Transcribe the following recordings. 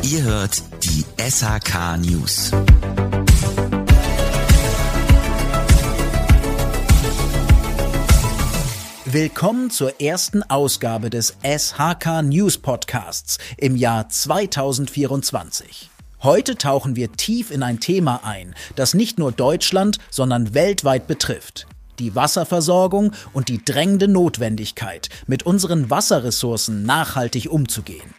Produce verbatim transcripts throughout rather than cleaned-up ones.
Ihr hört die S H K News. Willkommen zur ersten Ausgabe des S H K News Podcasts im Jahr zweitausendvierundzwanzig. Heute tauchen wir tief in ein Thema ein, das nicht nur Deutschland, sondern weltweit betrifft. Die Wasserversorgung und die drängende Notwendigkeit, mit unseren Wasserressourcen nachhaltig umzugehen.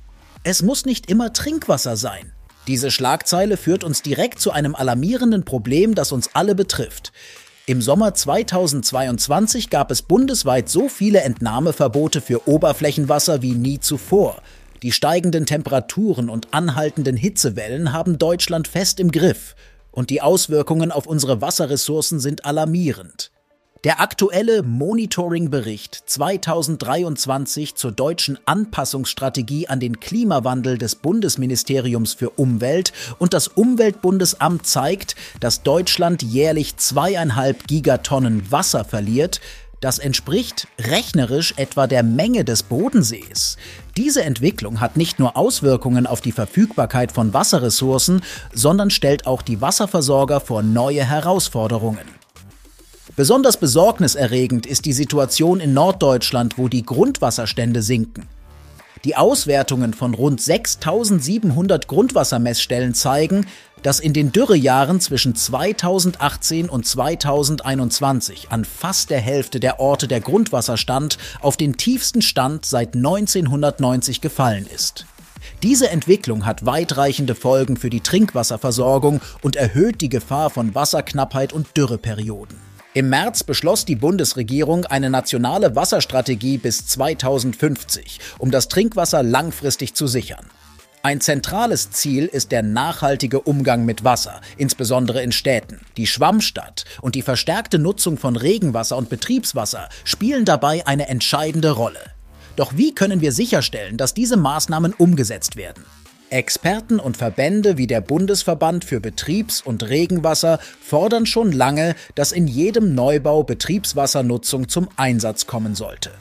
Es muss nicht immer Trinkwasser sein. Diese Schlagzeile führt uns direkt zu einem alarmierenden Problem, das uns alle betrifft. Im Sommer zweitausendzweiundzwanzig gab es bundesweit so viele Entnahmeverbote für Oberflächenwasser wie nie zuvor. Die steigenden Temperaturen und anhaltenden Hitzewellen haben Deutschland fest im Griff. Und die Auswirkungen auf unsere Wasserressourcen sind alarmierend. Der aktuelle Monitoring-Bericht zweitausenddreiundzwanzig zur deutschen Anpassungsstrategie an den Klimawandel des Bundesministeriums für Umwelt und das Umweltbundesamt zeigt, dass Deutschland jährlich zweieinhalb Gigatonnen Wasser verliert. Das entspricht rechnerisch etwa der Menge des Bodensees. Diese Entwicklung hat nicht nur Auswirkungen auf die Verfügbarkeit von Wasserressourcen, sondern stellt auch die Wasserversorger vor neue Herausforderungen. Besonders besorgniserregend ist die Situation in Norddeutschland, wo die Grundwasserstände sinken. Die Auswertungen von rund sechstausendsiebenhundert Grundwassermessstellen zeigen, dass in den Dürrejahren zwischen zweitausendachtzehn und zweitausendeinundzwanzig an fast der Hälfte der Orte der Grundwasserstand auf den tiefsten Stand seit neunzehnhundertneunzig gefallen ist. Diese Entwicklung hat weitreichende Folgen für die Trinkwasserversorgung und erhöht die Gefahr von Wasserknappheit und Dürreperioden. Im März beschloss die Bundesregierung eine nationale Wasserstrategie bis zweitausendfünfzig, um das Trinkwasser langfristig zu sichern. Ein zentrales Ziel ist der nachhaltige Umgang mit Wasser, insbesondere in Städten. Die Schwammstadt und die verstärkte Nutzung von Regenwasser und Betriebswasser spielen dabei eine entscheidende Rolle. Doch wie können wir sicherstellen, dass diese Maßnahmen umgesetzt werden? Experten und Verbände wie der Bundesverband für Betriebs- und Regenwasser fordern schon lange, dass in jedem Neubau Betriebswassernutzung zum Einsatz kommen sollte.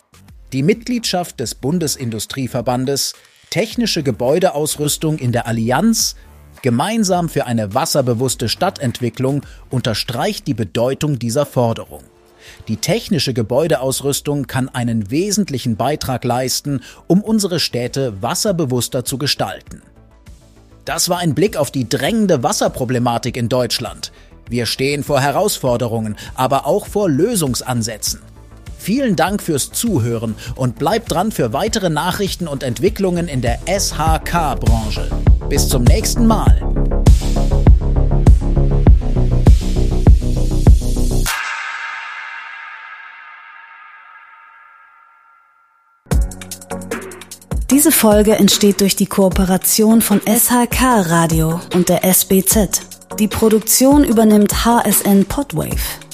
Die Mitgliedschaft des Bundesindustrieverbandes, technische Gebäudeausrüstung in der Allianz, gemeinsam für eine wasserbewusste Stadtentwicklung unterstreicht die Bedeutung dieser Forderung. Die technische Gebäudeausrüstung kann einen wesentlichen Beitrag leisten, um unsere Städte wasserbewusster zu gestalten. Das war ein Blick auf die drängende Wasserproblematik in Deutschland. Wir stehen vor Herausforderungen, aber auch vor Lösungsansätzen. Vielen Dank fürs Zuhören und bleibt dran für weitere Nachrichten und Entwicklungen in der S H K-Branche. Bis zum nächsten Mal. Diese Folge entsteht durch die Kooperation von S H K Radio und der S B Z. Die Produktion übernimmt H S N Podwave.